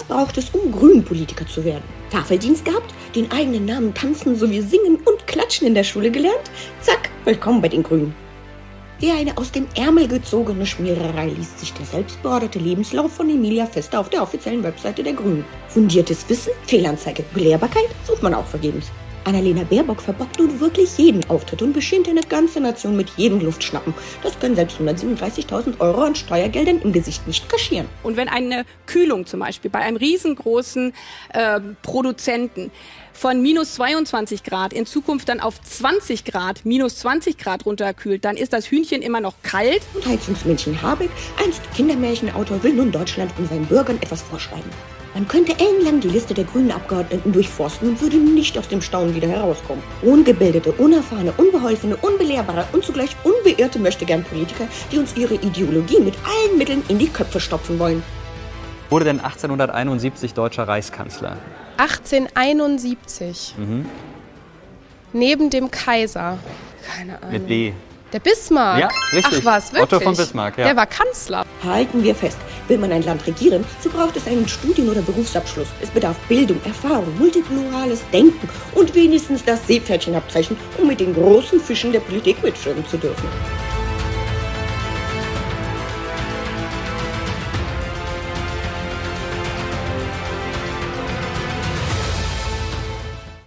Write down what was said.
Was braucht es, um Grünpolitiker zu werden? Tafeldienst gehabt, den eigenen Namen tanzen sowie singen und klatschen in der Schule gelernt? Zack, willkommen bei den Grünen. Wie eine aus dem Ärmel gezogene Schmiererei liest sich der selbstbeorderte Lebenslauf von Emilia Fester auf der offiziellen Webseite der Grünen. Fundiertes Wissen, Fehlanzeige, Belehrbarkeit sucht man auch vergebens. Annalena Baerbock verbockt nun wirklich jeden Auftritt und beschämt eine ganze Nation mit jedem Luftschnappen. Das können selbst 137.000 Euro an Steuergeldern im Gesicht nicht kaschieren. Und wenn eine Kühlung zum Beispiel bei einem riesengroßen Produzenten von minus 22 Grad in Zukunft dann auf 20 Grad, minus 20 Grad runterkühlt, dann ist das Hühnchen immer noch kalt. Und Heizungsmännchen Habeck, einst Kindermärchenautor, will nun Deutschland und seinen Bürgern etwas vorschreiben. Man könnte ellenlang die Liste der grünen Abgeordneten durchforsten und würde nicht aus dem Staunen wieder herauskommen. Ungebildete, unerfahrene, unbeholfene, unbelehrbare und zugleich unbeirrte Möchtegern-Politiker, die uns ihre Ideologie mit allen Mitteln in die Köpfe stopfen wollen. Wurde denn 1871 deutscher Reichskanzler? 1871. Neben dem Kaiser. Keine Ahnung. Mit B. Der Bismarck. Ja, richtig. Ach was, wirklich? Otto von Bismarck, ja. Der war Kanzler. Halten wir fest, will man ein Land regieren, so braucht es einen Studien- oder Berufsabschluss. Es bedarf Bildung, Erfahrung, multiplurales Denken und wenigstens das Seepferdchenabzeichen, um mit den großen Fischen der Politik mitschwimmen zu dürfen.